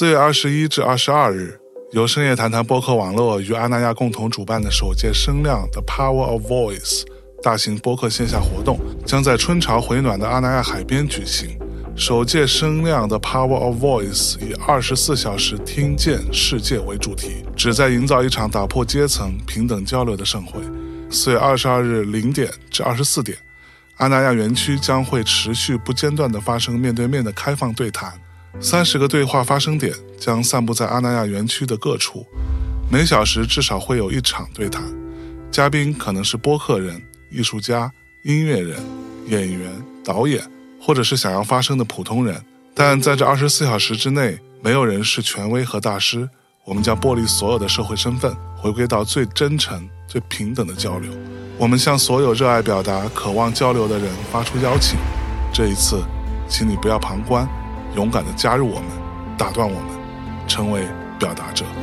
4月21至22日，由深夜谈谈播客网络与阿那亚共同主办的首届声量的 Power of Voice 大型播客线下活动将在春潮回暖的阿那亚海边举行。首届声量的 Power of Voice 以24小时听见世界为主题，旨在营造一场打破阶层平等交流的盛会。4月22日0点至24点，阿那亚园区将会持续不间断地发生面对面的开放对谈，30个对话发生点将散布在阿那亚园区的各处，每小时至少会有1场对谈，嘉宾可能是播客人、艺术家、音乐人、演员、导演，或者是想要发声的普通人。但在这24小时之内，没有人是权威和大师，我们将剥离所有的社会身份，回归到最真诚、最平等的交流。我们向所有热爱表达、渴望交流的人发出邀请，这一次，请你不要旁观，勇敢地加入我们，打断我们，成为表达者。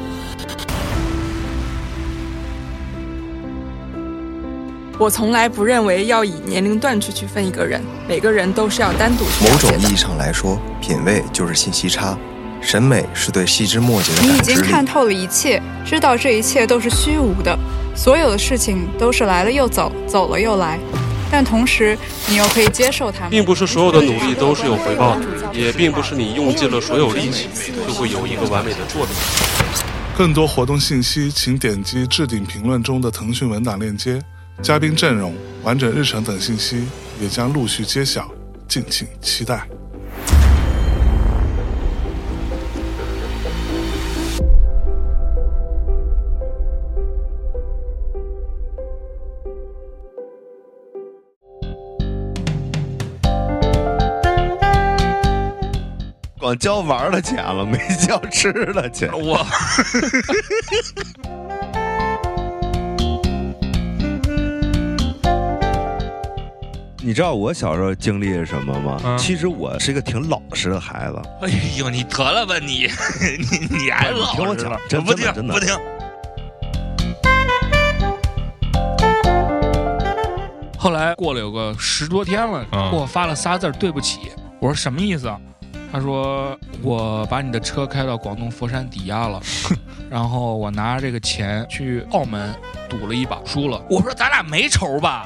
我从来不认为要以年龄段去区分一个人，每个人都是要单独去了解的。 某种意义上来说，品味就是信息差，审美是对细枝末节的感知力。 你已经看透了一切，知道这一切都是虚无的，所有的事情都是来了又走，走了又来。但同时，你又可以接受它们。 并不是所有的努力都是有回报的，也并不是你用尽了所有力气就会有一个完美的作品。 更多活动信息，请点击置顶评论中的腾讯文档链接。嘉宾阵容、完整日程等信息也将陆续揭晓，敬请期待。 光交玩的钱了，没交吃的钱。 我你知道我小时候经历是什么吗？其实我是一个挺老实的孩子。 哎呦，你得了吧你你还老实了？ 听我讲，真不听真的不听。后来过了有个10多天了，给我发了仨字对不起。我说什么意思啊？他说我把你的车开到广东佛山抵押了，然后我拿着这个钱去澳门赌了一把，输了。我说咱俩没仇吧？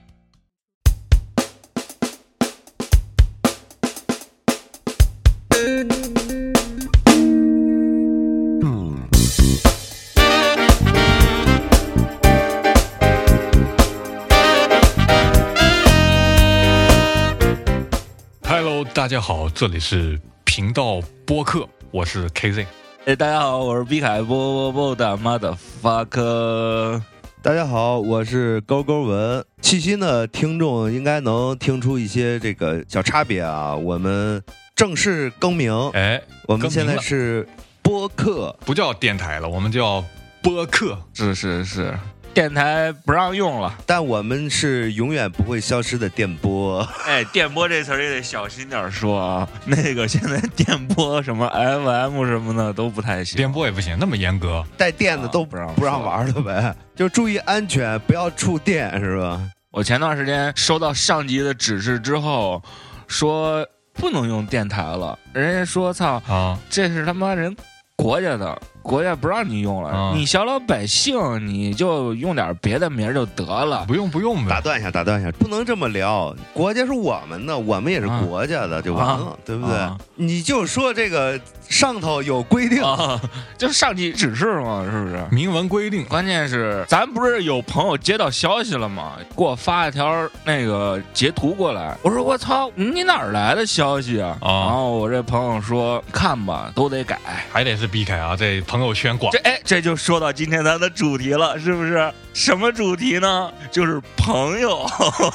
Hello， 大家好，这里是频道播客，我是 KZ。 大家好，我是毕凯波的 motherfucker。 大家好，我是勾勾文。细心的听众应该能听出一些这个小差别啊。我们正式更名，我们现在是播客， 不叫电台了，我们叫播客。 是。电台不让用了， 但我们是永远不会消失的电波。 哎，电波这词儿也得小心点说啊。那个现在电波什么 FM 什么的都不太行， 电波也不行，那么严格， 带电的都不让玩了呗，就注意安全，不要触电，是吧？ 我前段时间收到上级的指示之后，说不能用电台了，人家说操这是他妈人国家的。国家不让你用了，你小老百姓你就用点别的名就得了。 不用呗。 打断一下，不能这么聊。国家是我们的，我们也是国家的，就完了，对不对？你就说这个上头有规定， 就是上级指示嘛，是不是？ 明文规定。 关键是咱不是有朋友接到消息了吗？给我发一条那个截图过来，我说我操，你哪儿来的消息啊？然后我这朋友说看吧，都得改， 还得是避开啊，这朋友圈广。 这就说到今天咱的主题了，是不是？什么主题呢？就是朋友。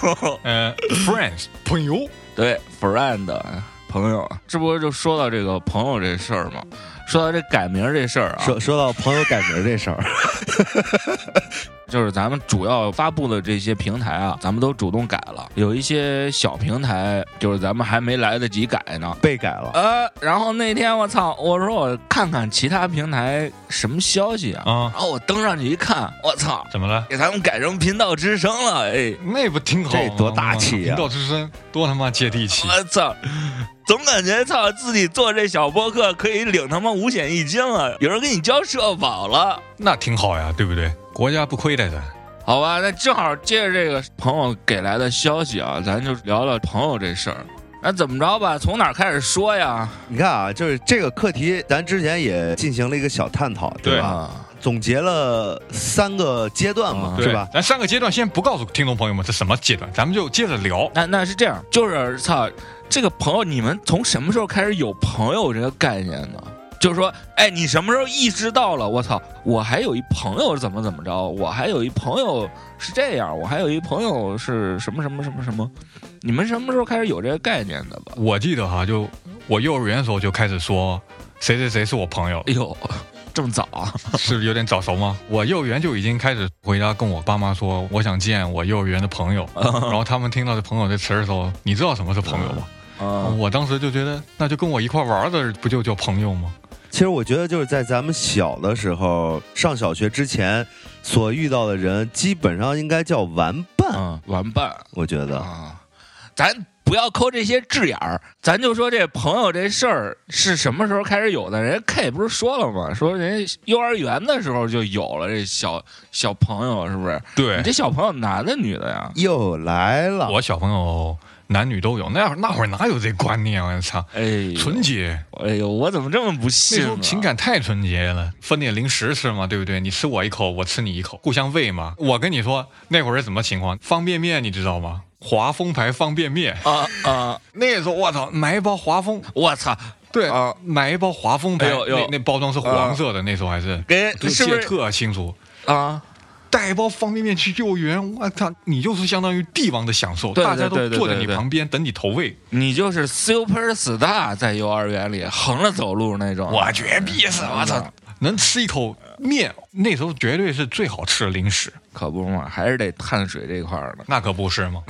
friends 朋友。 对 friend 朋友，这不就说到这个朋友这事儿吗？说到这改名这事儿啊， 说到朋友改名这事儿， 就是咱们主要发布的这些平台啊，咱们都主动改了。有一些小平台，就是咱们还没来得及改呢， 被改了。 然后那天我操，我说我看看其他平台什么消息啊，然后我登上去一看，我操， 怎么了？ 给咱们改成频道之声了，哎， 那不挺好？ 这多大气啊！ 频道之声多他妈接地气！ 我操！总感觉操自己做这小播客可以领他妈五险一金了，有人给你交社保了， 那挺好呀，对不对？国家不亏待咱。 好吧，那正好接着这个朋友给来的消息啊，咱就聊聊朋友这事儿。那怎么着吧？从哪儿开始说呀？ 你看啊，就是这个课题，咱之前也进行了一个小探讨，对吧？总结了3个阶段嘛，是吧？ 咱3个阶段先不告诉听众朋友们是什么阶段，咱们就接着聊。 那是这样，就是这个朋友，你们从什么时候开始有朋友这个概念呢？就是说，哎，你什么时候意识到了？我操，我还有一朋友怎么着？我还有一朋友是这样，我还有一朋友是什么什么什么什么？你们什么时候开始有这个概念的吧？ 我记得就我幼儿园的时候就开始说谁谁谁是我朋友。 哎呦，这么早啊？ 是有点早熟吗？我幼儿园就已经开始回家跟我爸妈说，我想见我幼儿园的朋友。然后他们听到这朋友这词的时候，你知道什么是朋友吗？我当时就觉得，那就跟我一块玩的不就叫朋友吗？ 其实我觉得就是在咱们小的时候，上小学之前所遇到的人，基本上应该叫玩伴。 玩伴， 我觉得咱不要抠这些字眼儿，咱就说这朋友这事儿是什么时候开始有的？人家 K 不是说了吗？说人家幼儿园的时候就有了这小朋友，是不是？ 对， 你这小朋友男的女的呀？ 又来了， 我小朋友男女都有，那会儿哪有这观念啊？我操！ 哎， 纯洁！ 哎呦，我怎么这么不信？ 那时候情感太纯洁了，分点零食吃嘛，对不对？你吃我一口，我吃你一口，互相喂嘛。我跟你说，那会儿是什么情况？方便面你知道吗？华丰牌方便面那时候我操，买一包华丰， 我操， 对买一包华丰牌，那包装是黄色的，那时候还是是不是特清楚啊？ 带一包方便面去幼儿园，我操，你就是相当于帝王的享受，大家都坐在你旁边等你投喂， 你就是 super star， 在幼儿园里横着走路那种， 我绝逼是，我操，能吃一口面，那时候绝对是最好吃的零食， 可不嘛，还是得碳水这块的， 那可不是吗？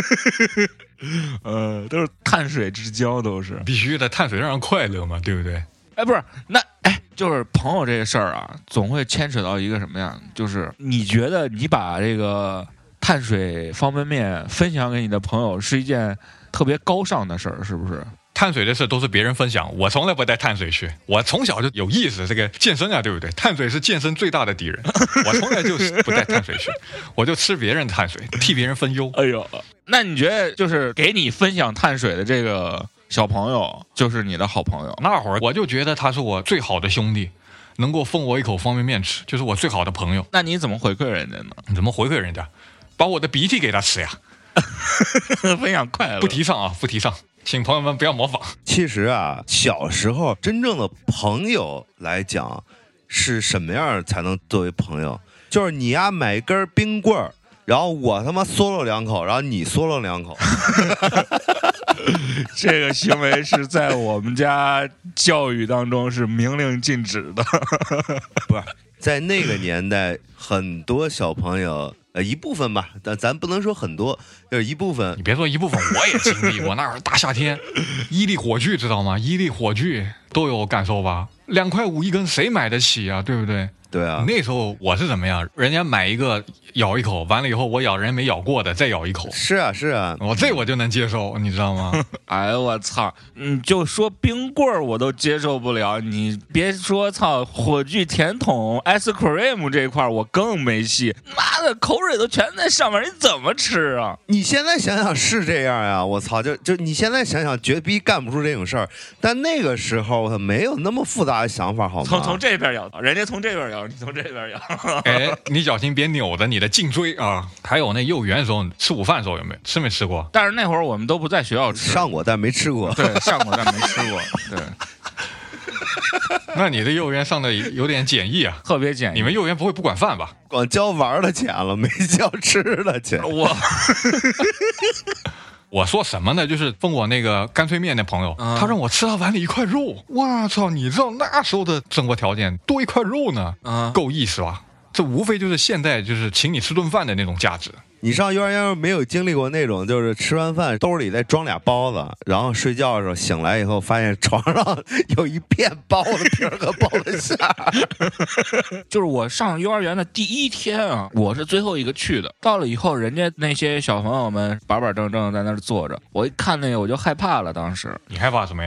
都是碳水之交，都是必须的，碳水让人快乐嘛，对不对？ 哎，不是，那就是朋友这个事儿啊，总会牵扯到一个什么样？就是你觉得你把这个碳水方便面分享给你的朋友是一件特别高尚的事儿，是不是？ 碳水的事都是别人分享，我从来不带碳水去。我从小就有意识，这个健身啊，对不对？碳水是健身最大的敌人，我从来就是不带碳水去，我就吃别人的碳水，替别人分忧。 哎呦，那你觉得就是给你分享碳水的这个小朋友就是你的好朋友？ 那会儿我就觉得他是我最好的兄弟，能够分我一口方便面吃，就是我最好的朋友。 那你怎么回馈人家呢？ 你怎么回馈人家？把我的鼻涕给他吃呀！ 分享快乐， 不提倡啊，不提倡。请朋友们不要模仿。 其实啊，小时候真正的朋友来讲，是什么样才能作为朋友？就是你呀，买一根冰棍儿，然后我他妈嗦了2口，然后你嗦了2口。 这个行为是在我们家教育当中是明令禁止的。 不是，在那个年代，很多小朋友。一部分吧，但咱不能说很多，就是一部分。 你别说一部分，我也经历过。那会儿大夏天，伊利火炬知道吗？伊利火炬都有感受吧？2.5块一根，谁买得起啊？对不对？ 对啊。 那时候我是怎么样？人家买一个咬一口，完了以后我咬人没咬过的再咬一口。 是啊，是啊， 我就能接受，你知道吗？ 哎呦我操！你就说冰棍儿我都接受不了，你别说操火炬甜筒 ice cream 这块我更没戏。妈的，口水都全在上面，你怎么吃啊？ 你现在想想是这样呀，我操！就你现在想想，绝逼干不出这种事儿。但那个时候他没有那么复杂的想法，好吗？ 从这边咬，人家从这边咬，你从这边咬。 哎，你小心别扭的你的颈椎啊！还有那幼儿园的时候吃午饭的时候有没有吃没吃过？ 但是那会儿我们都不在学校吃， 上过但没吃过。 对，上过但没吃过。对。 那你的幼儿园上的有点简易啊， 特别简易。 你们幼儿园不会不管饭吧？ 光交玩的钱了，没交吃的钱。 我说什么呢？就是分我那个干脆面的朋友，他让我吃他碗里一块肉。我操，你知道那时候的生活条件多一块肉呢，够意思吧？这无非就是现在就是请你吃顿饭的那种价值。 你上幼儿园没有经历过那种，就是吃完饭兜里再装俩包子，然后睡觉的时候醒来以后发现床上有一片包子皮和包子馅。 就是我上幼儿园的第1天啊，我是最后一个去的。到了以后，人家那些小朋友们板板正正在那儿坐着，我一看那个我就害怕了。当时你害怕什么呀？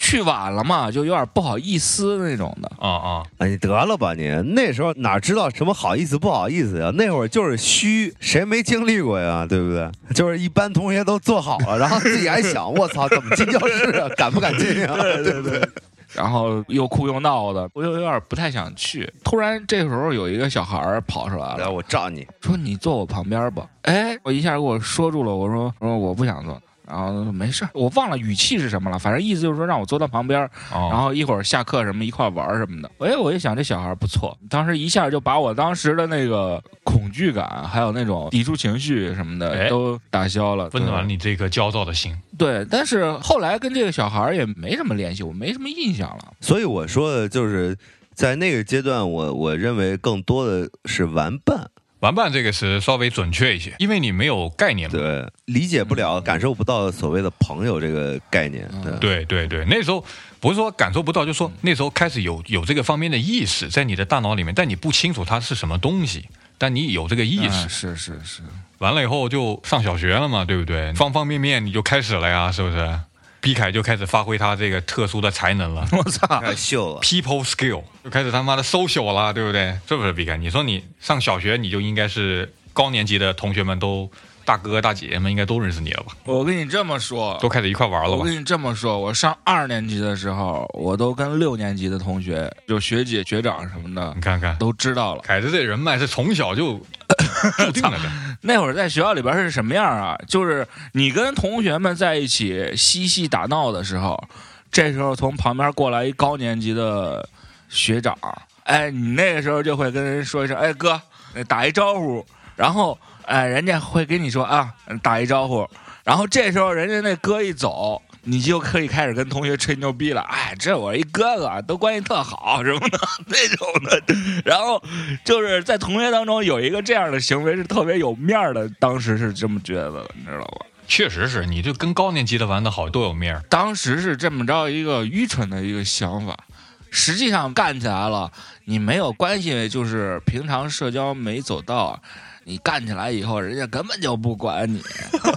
去晚了嘛，就有点不好意思那种的。 你得了吧你，那时候哪知道什么好意思不好意思呀？那会儿就是虚，谁没经历过呀？对不对？就是一般同学都做好了，然后自己还想，我操，怎么进教室啊？敢不敢进啊？ 对。然后又哭又闹的，我又有点不太想去。突然这时候有一个小孩跑出来了， 我罩你说你坐我旁边吧。哎，我一下给我说住了，我说我不想坐。然后没事，我忘了语气是什么了，反正意思就是说让我坐到旁边，然后一会儿下课什么一块玩什么的。我一想这小孩不错，当时一下就把我当时的那个恐惧感还有那种抵触情绪什么的都打消了， 温暖你这个焦躁的心。 对，但是后来跟这个小孩也没什么联系，我没什么印象了。 所以我说的就是在那个阶段，我认为更多的是玩伴。 玩伴这个词稍微准确一些，因为你没有概念嘛， 对，理解不了，感受不到所谓的朋友这个概念。 对，那时候不是说感受不到，就是说那时候开始有这个方面的意识在你的大脑里面，但你不清楚它是什么东西，但你有这个意识。 是。 完了以后就上小学了嘛，对不对？方方面面你就开始了呀，是不是？毕凯就开始发挥他这个特殊的才能了， 我操， 太秀了 ，people skill 就开始他妈的 social 了，对不对？是不是毕凯？你说你上小学，你就应该是高年级的同学们都大哥大姐们应该都认识你了吧？ 我跟你这么说， 都开始一块玩了吧？ 我跟你这么说，我上2年级的时候，我都跟6年级的同学，就学姐学长什么的， 你看看都知道了。 凯子这人脉是从小就注定了的。 那会儿在学校里边是什么样啊？就是你跟同学们在一起嬉戏打闹的时候，这时候从旁边过来一高年级的学长，哎，你那个时候就会跟人说一声，哎哥，打一招呼，然后人家会跟你说啊，打一招呼，然后这时候人家那哥一走，你就可以开始跟同学吹牛逼了，哎，这我一哥哥，都关系特好什么的那种的。然后就是在同学当中有一个这样的行为是特别有面的，当时是这么觉得的，你知道吧？ 确实是，你就跟高年级的玩得好都有面。 当时是这么着一个愚蠢的一个想法，实际上干起来了，你没有关系，就是平常社交没走到。你干起来以后，人家根本就不管你。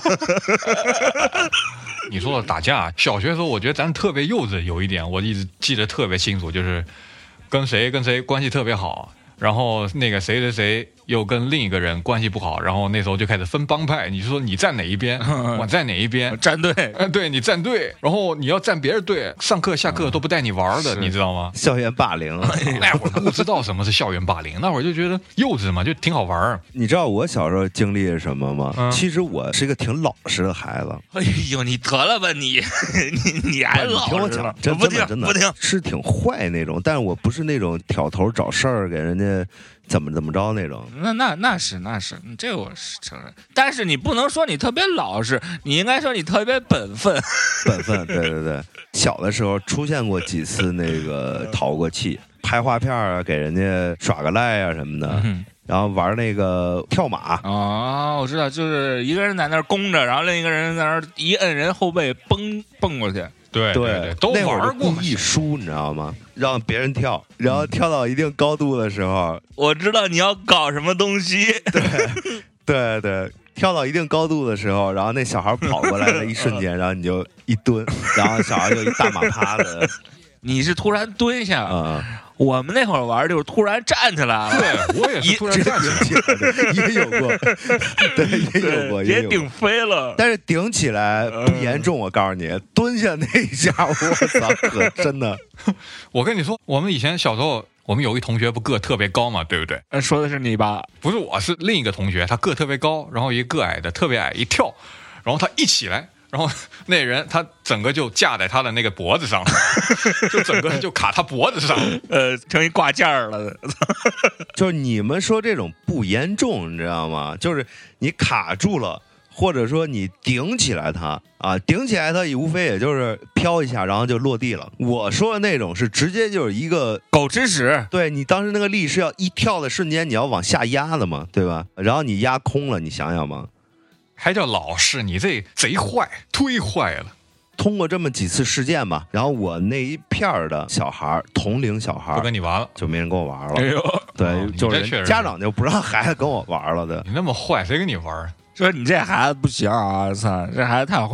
你说的打架，小学的时候我觉得咱特别幼稚，有一点我一直记得特别清楚，就是跟谁关系特别好，然后那个谁又跟另一个人关系不好，然后那时候就开始分帮派。你说你站哪一边，我站哪一边， 站队， 对你站队，然后你要站别人队，上课下课都不带你玩的，你知道吗？ 校园霸凌， 那会儿不知道什么是校园霸凌，那会儿就觉得幼稚嘛，就挺好玩。 你知道我小时候经历是什么吗？其实我是一个挺老实的孩子。 哎呦，你得了吧你还老实？ 听我讲，真的不听， 是挺坏那种，但是我不是那种挑头找事儿给人家。怎么着那种？ 那是，这个我是承认。但是你不能说你特别老实，你应该说你特别本分。 对。小的时候出现过几次那个淘过气，拍画片啊，给人家耍个赖啊什么的。然后玩那个跳马我知道，就是一个人在那儿弓着，然后另一个人在那儿一摁人后背蹦过去。 对，都玩过。 故意输，你知道吗？让别人跳，然后跳到一定高度的时候， 我知道你要搞什么东西。 对，跳到一定高度的时候，然后那小孩跑过来的一瞬间，然后你就一蹲，然后小孩就一大马趴的。 你是突然蹲下我们那会儿玩就是突然站起来了。 对，我也是突然站起来的， 也有过，对，也有过， 也顶飞了。 但是顶起来不严重，我告诉你，蹲下那一下，我操，可真的。 我跟你说，我们以前小时候，我们有一同学不个特别高嘛，对不对？ 说的是你吧？ 不是，我是另一个同学，他个特别高，然后一个矮的特别矮，一跳，然后他一起来。然后那人他整个就架在他的那个脖子上，就整个就卡他脖子上， 成一挂件了。 就是你们说这种不严重，你知道吗？就是你卡住了，或者说你顶起来它顶起来它无非也就是飘一下，然后就落地了。我说的那种是直接就是一个狗吃屎。 对，你当时那个力是要一跳的瞬间，你要往下压的嘛，对吧？然后你压空了，你想想嘛。 还叫老实，你这贼坏，忒坏了。 通过这么几次事件吧，然后我那一片的小孩，同龄小孩， 不跟你玩了， 就没人跟我玩了。 哎呦， 对，就是家长就不让孩子跟我玩了的。 你那么坏，谁跟你玩？ 说你这孩子不行啊！操，这孩子太坏了。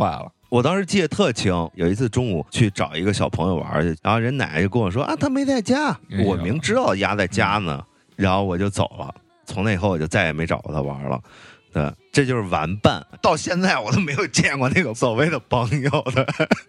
我当时记得特清，有一次中午去找一个小朋友玩去，然后人奶奶就跟我说啊，他没在家，我明知道丫在家呢，然后我就走了。从那以后我就再也没找过他玩了。对，这就是玩伴。到现在我都没有见过那个所谓的朋友的。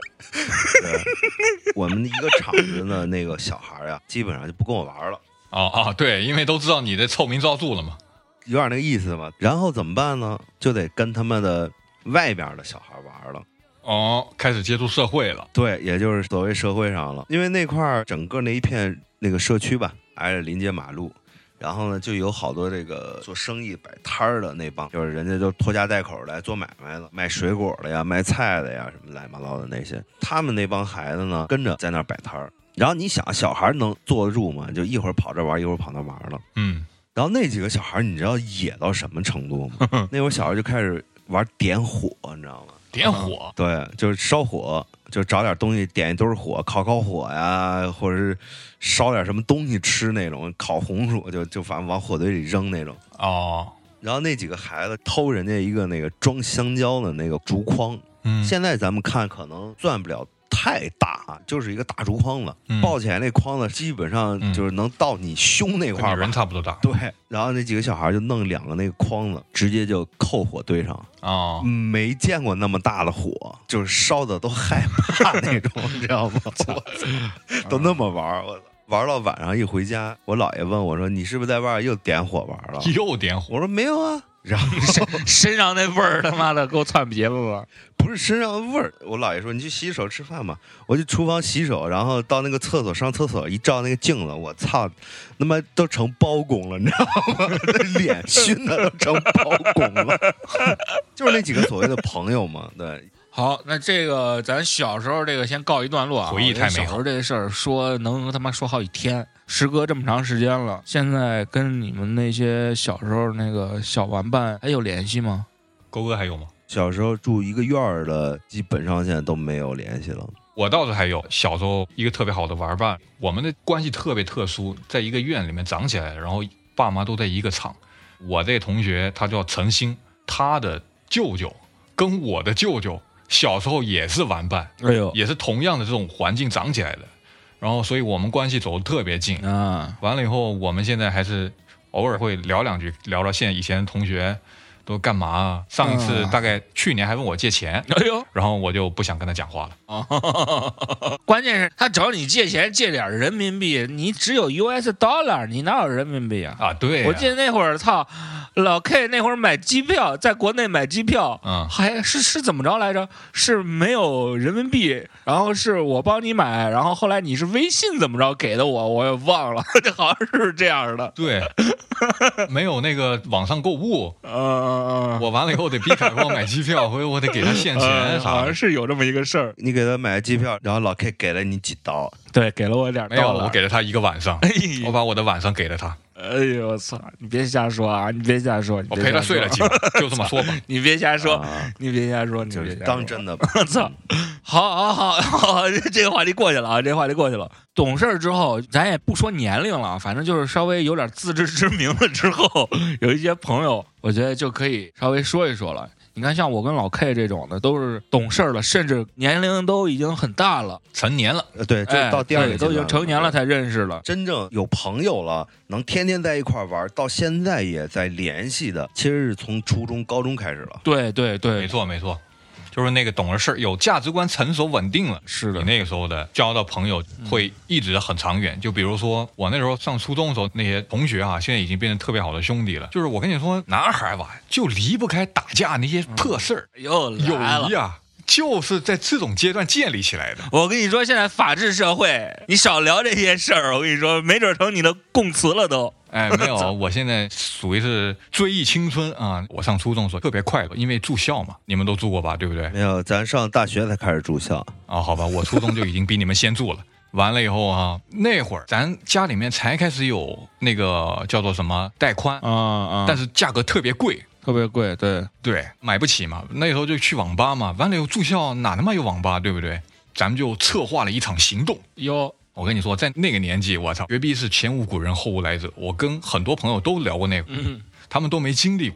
我们一个厂子的那个小孩呀，基本上就不跟我玩了。 对，因为都知道你的臭名昭著了嘛， 有点那个意思嘛。然后怎么办呢？就得跟他们的外边的小孩玩了。 开始接触社会了。 对，也就是所谓社会上了。因为那块整个那一片那个社区吧，挨着临街马路。然后呢，就有好多这个做生意摆摊儿的那帮，就是人家就拖家带口来做买卖的，卖水果的呀，卖菜的呀，什么乱七八糟的那些。他们那帮孩子呢，跟着在那儿摆摊儿。然后你想，小孩能坐得住吗？就一会儿跑这玩，一会儿跑那玩了。然后那几个小孩，你知道野到什么程度吗？那会儿小孩就开始玩点火，你知道吗？ 点火？ 对，就是烧火。就找点东西点一堆火，烤火呀，或者是烧点什么东西吃那种，烤红薯就反正往火堆里扔那种。然后那几个孩子偷人家一个那个装香蕉的那个竹筐，现在咱们看可能算不了太大，就是一个大竹筐子，抱起来那筐子基本上就是能到你胸那块儿， 人差不多大。 对，然后那几个小孩就弄2个那个筐子，直接就扣火堆上。没见过那么大的火，就是烧的都害怕那种，你知道吗？都那么玩，我玩到晚上一回家，我姥爷问我说：“你是不是在外边又点火玩了？” 又点火？ 我说没有啊。然后身上那味儿他妈的够窜鼻子了。 不是身上的味儿，我姥爷说你去洗手吃饭吧。我去厨房洗手，然后到那个厕所上厕所，一照那个镜子，我操，他妈都成包公了，你知道吗？脸熏的都成包公了。就是那几个所谓的朋友嘛，对。 好，那这个咱小时候这个先告一段落啊。 回忆太美好。 小时候这个事儿说能他妈说好几天，时隔这么长时间了，现在跟你们那些小时候那个小玩伴还有联系吗？ 勾哥还有吗？ 小时候住一个院儿的，基本上现在都没有联系了。 我倒是还有，小时候一个特别好的玩伴，我们的关系特别特殊，在一个院里面长起来，然后爸妈都在一个厂。我这同学他叫陈星，他的舅舅跟我的舅舅小时候也是玩伴，也是同样的这种环境长起来的，然后所以我们关系走得特别近啊。完了以后，我们现在还是偶尔会聊2句，聊到现在以前的同学都干嘛啊？上一次大概去年还问我借钱，然后我就不想跟他讲话了。 关键是他找你借钱借点人民币，你只有 US dollar， 你哪有人民币啊？ 对啊， 我记得那会儿操。老 K 那会儿买机票，在国内买机票，还是怎么着来着？是没有人民币，然后是我帮你买，然后后来你是微信怎么着给的我也忘了，这好像是这样的。 对，没有那个网上购物，我完了以后得逼凯光买机票，回头我得给他现钱啥的， 好像是有这么一个事儿。 你给他买机票，然后老 K 给了你几刀？ 对，给了我点刀。 没有，我给了他1个晚上，我把我的晚上给了他。 哎呦我操！你别瞎说啊！你别瞎说！ 我陪他睡了几晚，就这么说吧。 你别瞎说，你别瞎说，你别瞎说。 当真的吧？ 我操！好，这个话题过去了啊，这个话题过去了。懂事之后，咱也不说年龄了，反正就是稍微有点自知之明了之后，有一些朋友，我觉得就可以稍微说一说了。你看，像我跟老 K 这种的，都是懂事了，甚至年龄都已经很大了， 成年了。 对，就到第2个都已经成年了才认识了， 真正有朋友了，能天天在一块玩，到现在也在联系的，其实是从初中、高中开始了。 对， 没错。就是那个懂了事，有价值观成熟稳定了， 是的， 你那个时候的交到朋友会一直很长远。就比如说我那时候上初中的时候，那些同学啊，现在已经变成特别好的兄弟了。就是我跟你说，男孩吧，就离不开打架那些破事儿，友谊啊，就是在这种阶段建立起来的。 我跟你说，现在法治社会，你少聊这些事儿，我跟你说，没准成你的供词了都。 没有，我现在属于是追忆青春啊！我上初中的时候特别快乐，因为住校嘛，你们都住过吧，对不对？ 没有，咱上大学才开始住校啊。好吧，我初中就已经比你们先住了。完了以后啊，那会儿咱家里面才开始有那个叫做什么带宽但是价格特别贵，对，买不起嘛。那时候就去网吧嘛，完了以后住校哪他妈有网吧，对不对？咱们就策划了一场行动。我跟你说，在那个年纪，我操，绝壁是前无古人后无来者。我跟很多朋友都聊过那个，他们都没经历过。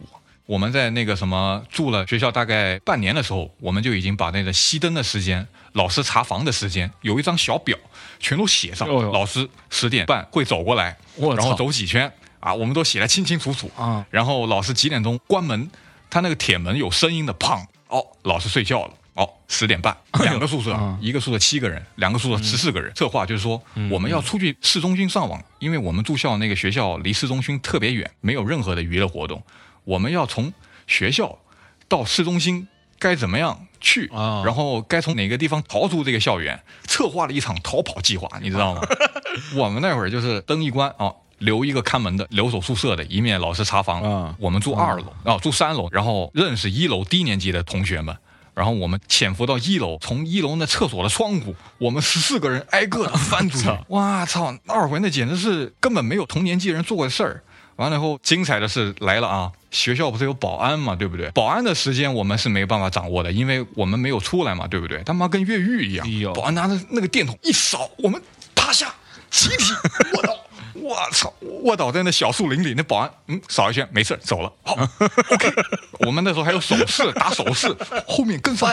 我们在那个什么住了学校大概半年的时候，我们就已经把那个熄灯的时间、老师查房的时间有一张小表全都写上，老师10点半会走过来，然后走几圈啊，我们都写得清清楚楚啊。然后老师几点钟关门，他那个铁门有声音的，砰，老师睡觉了。10点半，2个宿舍，一个宿舍7个人，2个宿舍14个人。策划就是说，我们要出去市中心上网，因为我们住校那个学校离市中心特别远，没有任何的娱乐活动。我们要从学校到市中心该怎么样去，然后该从哪个地方逃出这个校园，策划了一场逃跑计划，你知道吗？我们那会儿就是灯一关留一个看门的，留守宿舍的，以免老师查房。我们住2楼，住3楼，然后认识1楼低年级的同学们。然后我们潜伏到1楼，从1楼那厕所的窗户，我们14个人挨个的翻出去。哇操，那回那简直是根本没有同年纪人做过的事儿。完了以后，精彩的是来了啊！学校不是有保安嘛，对不对？保安的时间我们是没办法掌握的，因为我们没有出来嘛，对不对？他妈跟越狱一样，保安拿着那个电筒一扫，我们趴下，集体卧倒。我操！卧倒在那小树林里，那保安扫一圈没事走了。好 ，OK。我们那时候还有手势，打手势，后面跟上。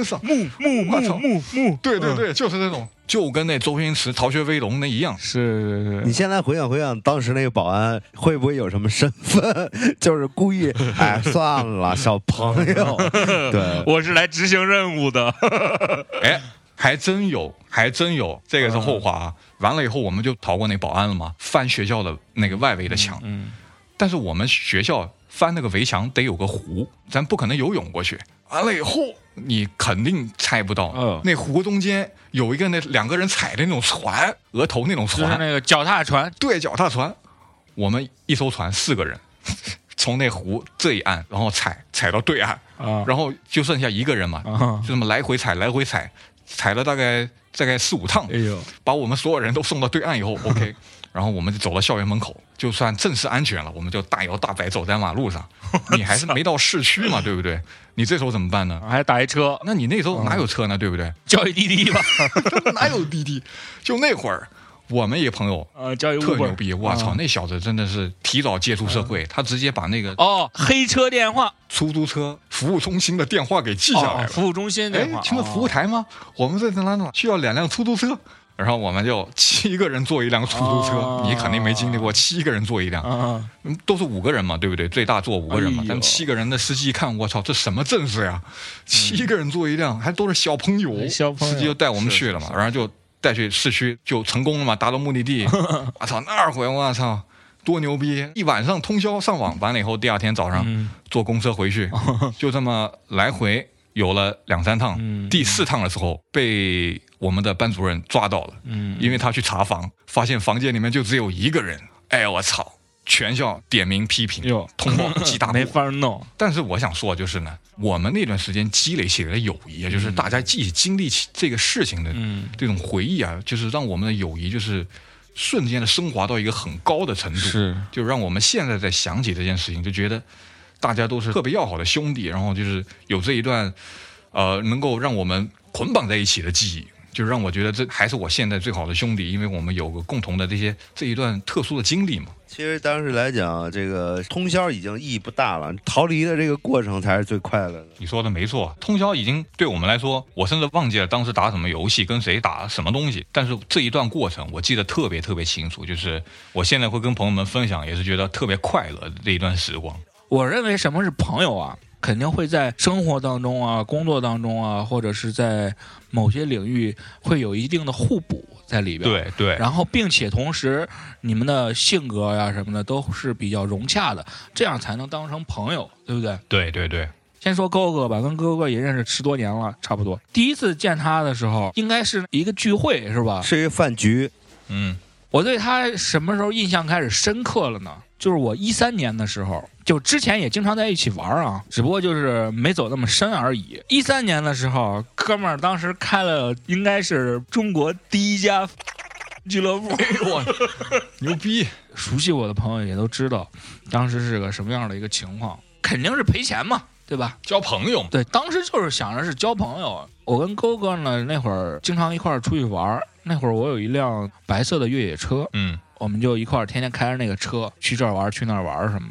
木，对，就是这种，就跟那周星驰《逃学威龙》那一样。 是。 你现在回想当时那个保安会不会有什么身份？就是故意算了，小朋友，对， 我是来执行任务的。 还真有，这个是后话啊。完了以后，我们就逃过那保安了嘛，翻学校的那个外围的墙。但是我们学校翻那个围墙得有个湖，咱不可能游泳过去。完了以后，你肯定猜不到，那湖中间有一个那2个人踩的那种船，额头那种船， 就是那个脚踏船。 对，脚踏船。我们一艘船4个人。从那湖这一岸，然后踩到对岸，然后就剩下1个人嘛，就这么来回踩，踩了大概4、5趟，把我们所有人都送到对岸以后，OK， 然后我们就走到校园门口，就算正式安全了，我们就大摇大摆走在马路上。你还是没到市区嘛，对不对？你这时候怎么办呢？ 还打一车？ 那你那时候哪有车呢？对不对？ 叫一滴滴吧， 哪有滴滴？就那会儿。我们一个朋友特牛逼，我操，那小子真的是提早接触社会，他直接把那个黑车电话、 出租车服务中心的电话给记下来了。 服务中心电话， 请问服务台吗？我们在哪需要2辆出租车，然后我们就7个人坐一辆出租车，你肯定没经历过7个人坐一辆，都是5个人嘛，对不对？最大坐5个人嘛，但7个人的司机一看，我操，这什么阵势呀？7个人坐一辆，还都是小朋友，司机就带我们去了嘛，然后就。带去市区就成功了嘛，达到目的地。我操，那会我操多牛逼！一晚上通宵上网，完了以后第2天早上坐公车回去，就这么来回有了2、3趟。第4趟的时候被我们的班主任抓到了，因为他去查房，发现房间里面就只有1个人。我操！全校点名批评，通报记大过， 没法弄。 但是我想说，就是呢，我们那段时间积累起来的友谊，也就是大家一起经历起这个事情的这种回忆啊，就是让我们的友谊就是瞬间的升华到一个很高的程度，就让我们现在在想起这件事情，就觉得大家都是特别要好的兄弟，然后就是有这一段能够让我们捆绑在一起的记忆。就让我觉得这还是我现在最好的兄弟，因为我们有个共同的这一段特殊的经历嘛。 其实当时来讲，这个通宵已经意义不大了，逃离的这个过程才是最快乐的。 你说的没错，通宵已经对我们来说，我甚至忘记了当时打什么游戏，跟谁打什么东西，但是这一段过程我记得特别特别清楚，就是我现在会跟朋友们分享，也是觉得特别快乐的这一段时光。 我认为什么是朋友啊？肯定会在生活当中啊、工作当中啊，或者是在某些领域会有一定的互补在里边。 对。 然后，并且同时，你们的性格呀什么的都是比较融洽的，这样才能当成朋友，对不对？ 对。 先说高哥吧，跟哥哥也认识10多年了，差不多。第一次见他的时候，应该是一个聚会，是吧？ 是一个饭局。 我对他什么时候印象开始深刻了呢？就是我13年的时候，就之前也经常在一起玩啊，只不过就是没走那么深而已。13年的时候，哥们儿当时开了应该是中国第1家俱乐部， 哇，牛逼！ 熟悉我的朋友也都知道，当时是个什么样的一个情况，肯定是赔钱嘛，对吧？ 交朋友， 对，当时就是想着是交朋友。我跟勾哥呢，那会儿经常一块儿出去玩，那会儿我有一辆白色的越野车，我们就一块儿天天开着那个车去这儿玩去那儿玩什么的。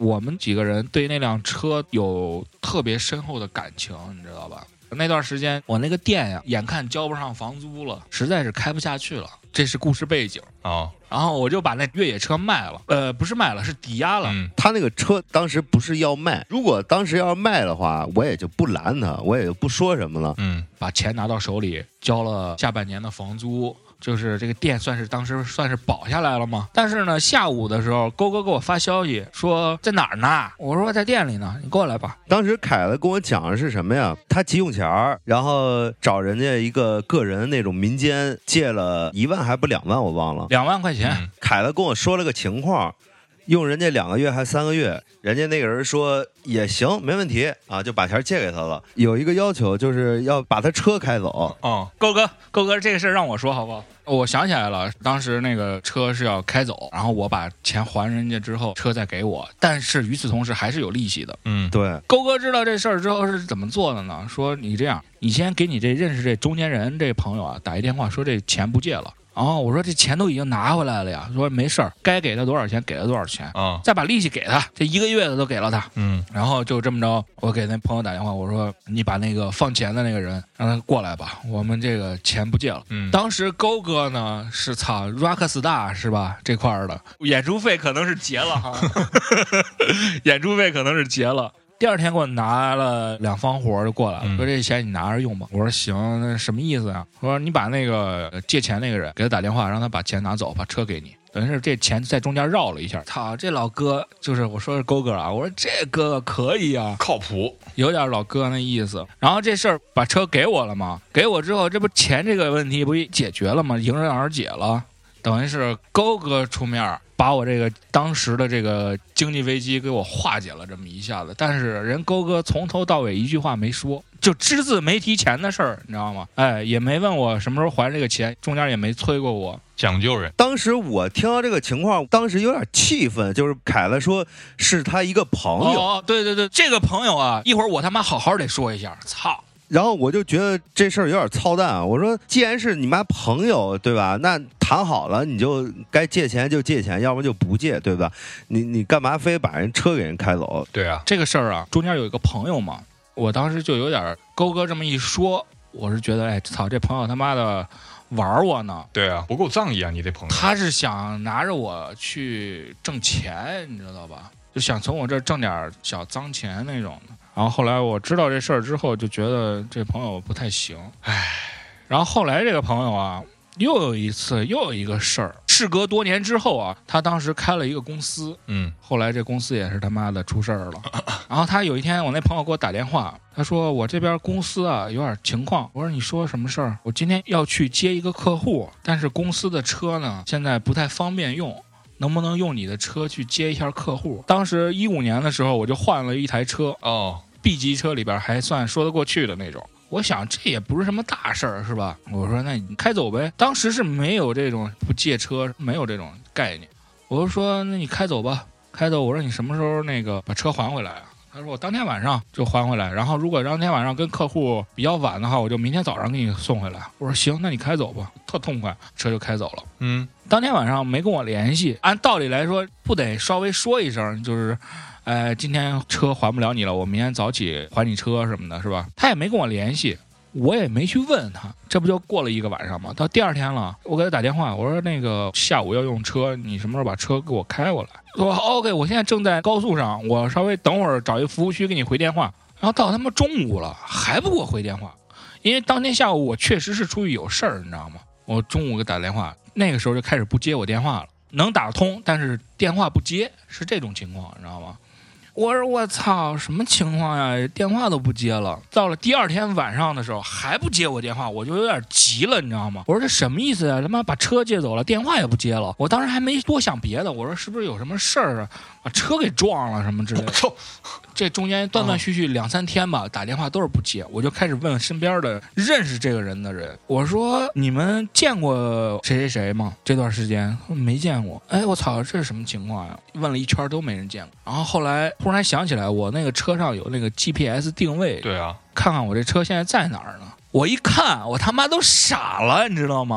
我们几个人对那辆车有特别深厚的感情，你知道吧？那段时间我那个店呀，眼看交不上房租了，实在是开不下去了。这是故事背景哦。 然后我就把那越野车卖了，不是卖了，是抵押了。 他那个车当时不是要卖，如果当时要卖的话，我也就不拦他，我也就不说什么了。 把钱拿到手里，交了下半年的房租。就是这个店当时算是保下来了嘛。但是呢，下午的时候，勾哥给我发消息说在哪儿呢？我说在店里呢，你过来吧。 当时凯子跟我讲的是什么呀？他急用钱，然后找人家一个个人那种民间借了1万还不2万，我忘了 ，2万块钱。 凯子跟我说了个情况。用人家2个月还3个月，人家那个人说也行，没问题啊，就把钱借给他了。有一个要求就是要把他车开走。 勾哥，这个事让我说好不好？我想起来了，当时那个车是要开走，然后我把钱还人家之后，车再给我，但是与此同时还是有利息的。 对。 勾哥知道这事儿之后是怎么做的呢？说你这样，你先给你这认识这中间人这朋友啊打一电话，说这钱不借了。我说这钱都已经拿回来了呀，说没事儿，该给他多少钱给他多少钱再把利息给他，这1个月的都给了他。然后就这么着，我给那朋友打电话，我说你把那个放钱的那个人让他过来吧，我们这个钱不借了。当时勾哥呢是Rockstar 是吧？这块儿的演出费可能是结了哈，演出费可能是结了。第二天给我拿了2方活就过来了，说这钱你拿着用吧。我说行，那什么意思啊？说你把那个借钱那个人给他打电话，让他把钱拿走，把车给你。等于是这钱在中间绕了一下。操，这老哥就是我说是勾哥啊，我说这哥哥可以啊， 靠谱， 有点老哥那意思。然后这事儿把车给我了嘛，给我之后，这不钱这个问题不解决了吗？迎刃而解了，等于是勾哥出面。把我这个当时的这个经济危机给我化解了这么一下子，但是人勾哥从头到尾一句话没说，就只字没提钱的事儿，你知道吗？也没问我什么时候还这个钱，中间也没催过我， 讲究人。 当时我听到这个情况，当时有点气愤，就是凯子说是他一个朋友。 对，这个朋友啊，一会儿我他妈好好得说一下，操！ 然后我就觉得这事儿有点操蛋啊！我说，既然是你妈朋友，对吧？那谈好了，你就该借钱就借钱，要不就不借，对吧？你干嘛非把人车给人开走？ 对啊， 这个事儿啊，中间有一个朋友嘛，我当时就有点勾哥这么一说，我是觉得，操，这朋友他妈的玩我呢。 对啊，不够仗义啊，你这朋友。 他是想拿着我去挣钱，你知道吧？就想从我这儿挣点小脏钱那种的。然后后来我知道这事儿之后，就觉得这朋友不太行，然后后来这个朋友啊，又有一个事儿，事隔多年之后啊，他当时开了一个公司，后来这公司也是他妈的出事儿了。然后他有一天，我那朋友给我打电话，他说我这边公司啊有点情况。我说你说什么事儿？我今天要去接一个客户，但是公司的车呢现在不太方便用。能不能用你的车去接一下客户？当时15年的时候，我就换了一台车，B 级车里边还算说得过去的那种。我想这也不是什么大事儿，是吧？我说那你开走呗。当时是没有这种不借车，没有这种概念。我就说那你开走吧，开走。我说你什么时候那个把车还回来啊？他说我当天晚上就还回来，然后如果当天晚上跟客户比较晚的话，我就明天早上给你送回来。我说行，那你开走吧，特痛快，车就开走了。当天晚上没跟我联系，按道理来说不得稍微说一声，就是今天车还不了你了，我明天早起还你车什么的，是吧？他也没跟我联系，我也没去问他，这不就过了1个晚上吗？到第2天了，我给他打电话，我说那个下午要用车，你什么时候把车给我开过来？说 OK， 我现在正在高速上，我稍微等会儿找一服务区给你回电话。然后到他妈中午了还不给我回电话，因为当天下午我确实是出去有事儿，你知道吗？我中午给打电话，那个时候就开始不接我电话了，能打通，但是电话不接，是这种情况，你知道吗？我说我操，什么情况呀？电话都不接了。到了第2天晚上的时候还不接我电话，我就有点急了，你知道吗？我说这什么意思啊？他妈把车借走了，电话也不接了。我当时还没多想别的，我说是不是有什么事儿啊？把车给撞了什么之类的。这中间断断续续2、3天吧，打电话都是不接，我就开始问身边的认识这个人的人，我说你们见过谁谁谁吗？这段时间没见过。我操，这是什么情况呀？问了一圈都没人见过。然后后来忽然想起来，我那个车上有那个 GPS 定位， 对啊， 看看我这车现在在哪儿呢？我一看，我他妈都傻了，你知道吗？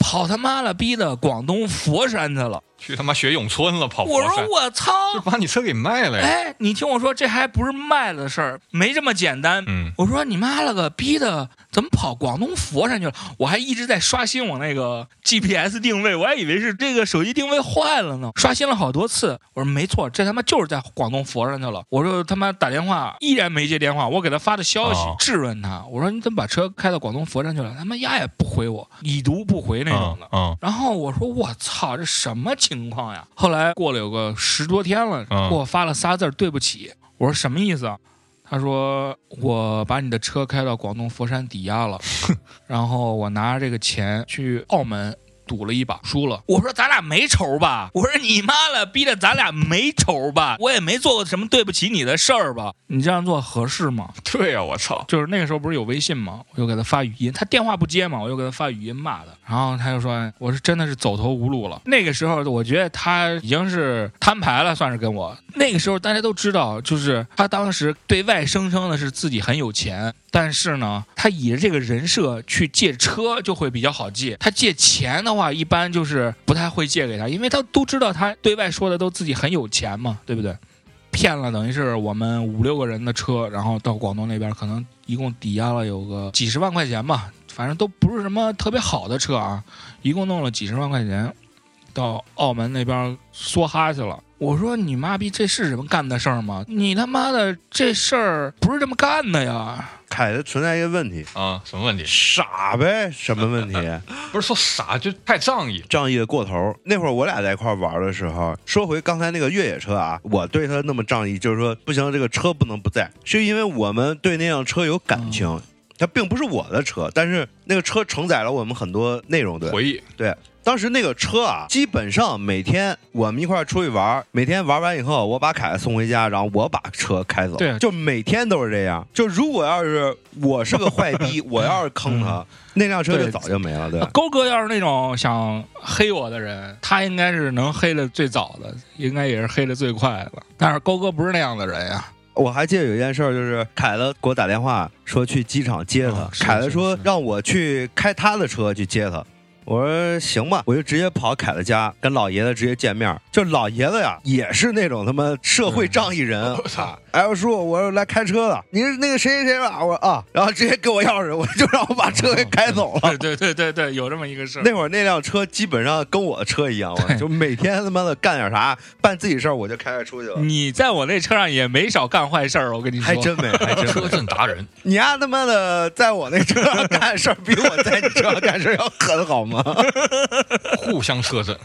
跑他妈了逼的广东佛山去了， 去他妈学咏春了，跑佛山。 我说我操， 就把你车给卖了呀！ 哎，你听我说，这还不是卖了的事儿，没这么简单。我说你妈了个逼的，怎么跑广东佛山去了？我还一直在刷新我那个 GPS 定位，我还以为是这个手机定位坏了呢，刷新了好多次。我说没错，这他妈就是在广东佛山去了。我说他妈打电话依然没接电话，我给他发的消息质问他，我说你怎么把车开到广东佛山去了？他妈丫也不回我，已读不回那种的。然后我说我操，这什么情况呀？后来过了有个10多天了，给我发了仨字对不起。我说什么意思啊？他说我把你的车开到广东佛山抵押了，然后我拿着这个钱去澳门赌了一把，输了。我说咱俩没仇吧？我说你妈了逼的，咱俩没仇吧？我也没做过什么对不起你的事儿吧？你这样做合适吗？ 对呀，我操！ 就是那个时候不是有微信吗？我就给他发语音，他电话不接嘛，我就给他发语音骂他，然后他就说我是真的是走投无路了。那个时候我觉得他已经是摊牌了，算是跟我。那个时候大家都知道，就是他当时对外声称的是自己很有钱，但是呢，他以这个人设去借车就会比较好借。他借钱的话，一般就是不太会借给他，因为他都知道他对外说的都自己很有钱嘛，对不对？骗了等于是我们5、6个人的车，然后到广东那边可能一共抵押了有个几十万块钱吧，反正都不是什么特别好的车啊，一共弄了几十万块钱，到澳门那边梭哈去了。我说你妈逼，这是什么干的事儿吗？你他妈的这事儿不是这么干的呀！ 凯子存在一个问题啊，什么问题？ 傻呗，什么问题？ 不是说傻，就太仗义， 仗义的过头。那会儿我俩在一块玩的时候，说回刚才那个越野车啊，我对他那么仗义，就是说不行，这个车不能不在，是因为我们对那辆车有感情。它并不是我的车，但是那个车承载了我们很多内容的回忆。 对，当时那个车啊，基本上每天我们一块出去玩，每天玩完以后，我把凯送回家，然后我把车开走。 对， 就每天都是这样。就如果要是我是个坏逼，我要是坑他，那辆车就早就没了。对， 勾哥要是那种想黑我的人，他应该是能黑的最早的，应该也是黑的最快的。但是勾哥不是那样的人呀。 我还记得有一件事儿，就是凯子给我打电话说去机场接他，凯子说让我去开他的车去接他。我说行吧，我就直接跑凯子家跟老爷子直接见面。就老爷子呀，也是那种他妈社会仗义人。我操！哎，我说我来开车了，你是那个谁谁吧？我说啊，然后直接给我钥匙，我就让我把车给开走了。 对，有这么一个事儿。 那会儿那辆车基本上跟我的车一样，我就每天他妈的干点啥，办自己事儿，我就开出去了。 你在我那车上也没少干坏事儿，我跟你说， 还真没，还真车震达人。 你丫他妈的在我那车上干事儿，比我在你车上干事儿要狠好吗？ 互相车震。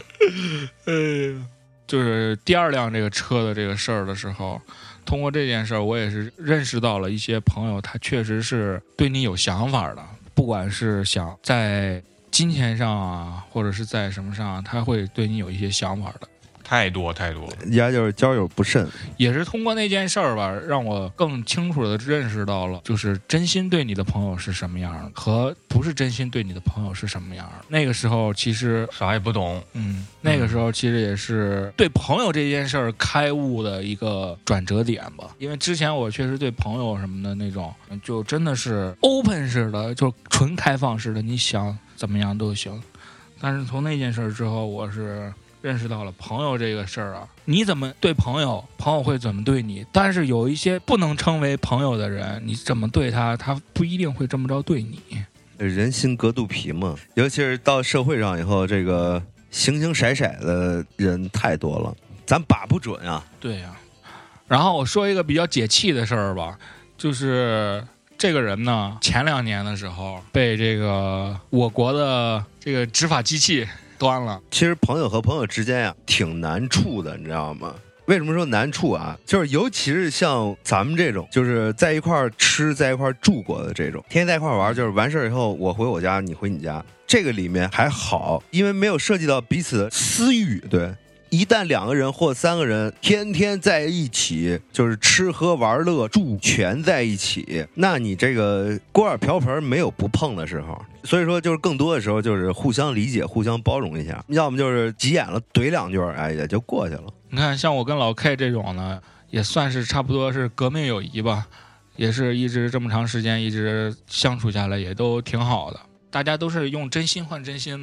就是第二辆这个车的这个事儿的时候，通过这件事儿，我也是认识到了一些朋友，他确实是对你有想法的，不管是想在金钱上啊，或者是在什么上，他会对你有一些想法的。 太多， 人家就是交友不慎， 也是通过那件事儿吧，让我更清楚的认识到了，就是真心对你的朋友是什么样的，和不是真心对你的朋友是什么样的。那个时候其实啥也不懂， 那个时候其实也是对朋友这件事儿开悟的一个转折点吧。因为之前我确实对朋友什么的那种，就真的是 open 式的，就纯开放式的，你想怎么样都行。但是从那件事之后，我是认识到了朋友这个事儿啊，你怎么对朋友，朋友会怎么对你。但是有一些不能称为朋友的人，你怎么对他，他不一定会这么着对你。 人心隔肚皮嘛，尤其是到社会上以后，这个形形色色的人太多了，咱把不准啊。 对呀。然后我说一个比较解气的事儿吧，就是这个人呢，前2年的时候被这个我国的这个执法机器端了。 其实朋友和朋友之间呀，挺难处的，你知道吗？为什么说难处啊？就是尤其是像咱们这种，就是在一块吃，在一块住过的这种，天天在一块玩，就是完事以后我回我家，你回你家，这个里面还好，因为没有涉及到彼此的私欲。对，一旦2个人或3个人天天在一起，就是吃喝玩乐住全在一起，那你这个锅碗瓢盆没有不碰的时候。所以说就是更多的时候就是互相理解，互相包容一下，要么就是急眼了怼2句，哎，也就过去了。 你看像我跟老 K 这种呢，也算是差不多是革命友谊吧，也是一直这么长时间一直相处下来也都挺好的，大家都是用真心换真心的嘛。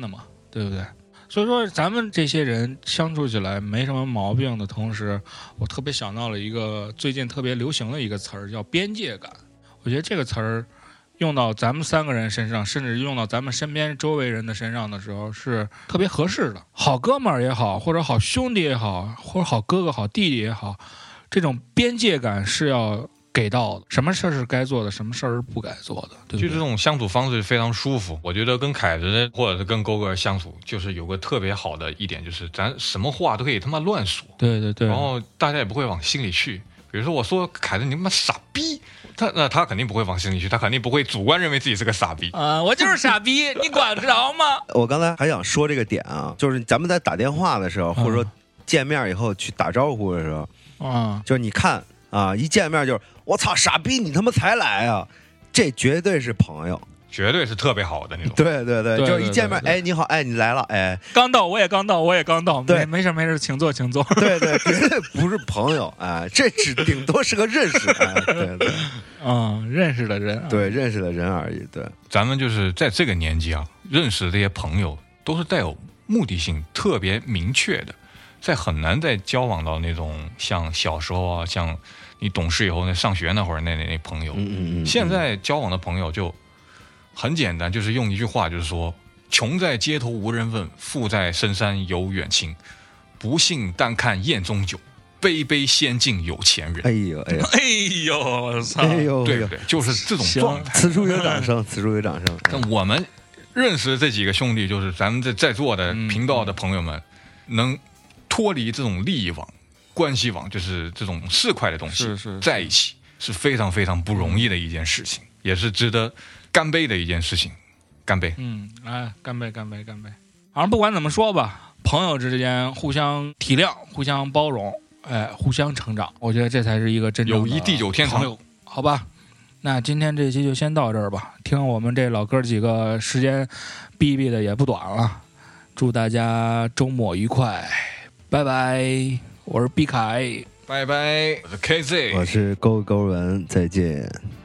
对不对？所以说咱们这些人相处起来没什么毛病的同时，我特别想到了一个最近特别流行的一个词儿，叫边界感。我觉得这个词儿用到咱们3个人身上，甚至用到咱们身边周围人的身上的时候是特别合适的。好哥们儿也好，或者好兄弟也好，或者好哥哥好弟弟也好，这种边界感是要给到的，什么事儿是该做的，什么事儿是不该做的，对不对？ 就这种相处方式非常舒服。我觉得跟凯子或者是跟勾哥相处，就是有个特别好的一点，就是咱什么话都可以他妈乱说， 对对对， 然后大家也不会往心里去。比如说我说凯子你他妈傻逼，他肯定不会往心里去，他肯定不会主观认为自己是个傻逼我就是傻逼，你管得着吗？ 我刚才还想说这个点啊，就是咱们在打电话的时候，或者说见面以后去打招呼的时候，就是你看啊，一见面就是我操傻逼，你他妈才来啊，这绝对是朋友。 绝对是特别好的那种。 对对对，就是一见面，哎，你好，哎，你来了，哎， 刚到，我也刚到，我也刚到， 对， 没事没事，请坐请坐。 对对，绝对不是朋友，哎，这顶多是个认识，哎，对对， 认识的人， 对，认识的人而已。对， 咱们就是在这个年纪啊，认识的这些朋友都是带有目的性特别明确的，在很难再交往到那种像小时候啊，像你懂事以后那上学那会儿那朋友，现在交往的朋友就很简单，就是用一句话，就是说穷在街头无人问，富在深山有远亲，不信但看宴中酒，杯杯先敬有钱人。 哎呦哎呦哎呦，我操！ 哎呦， 对不对？就是这种状态。 此处有掌声，此处有掌声。 那我们认识的这几个兄弟，就是咱们在座的频道的朋友们，能脱离这种利益网、关系网，就是这种市侩的东西，在一起是非常非常不容易的一件事情，也是值得干杯的一件事情。干杯！ 干杯，干杯，干杯！反正不管怎么说吧，朋友之间互相体谅、互相包容，互相成长，我觉得这才是一个真正的友谊地久天长。 好吧，那今天这期就先到这儿吧。听我们这老哥几个时间逼逼的也不短了，祝大家周末愉快，拜拜！我是毕凯， 拜拜！我是 KZ， 我是勾勾文，再见。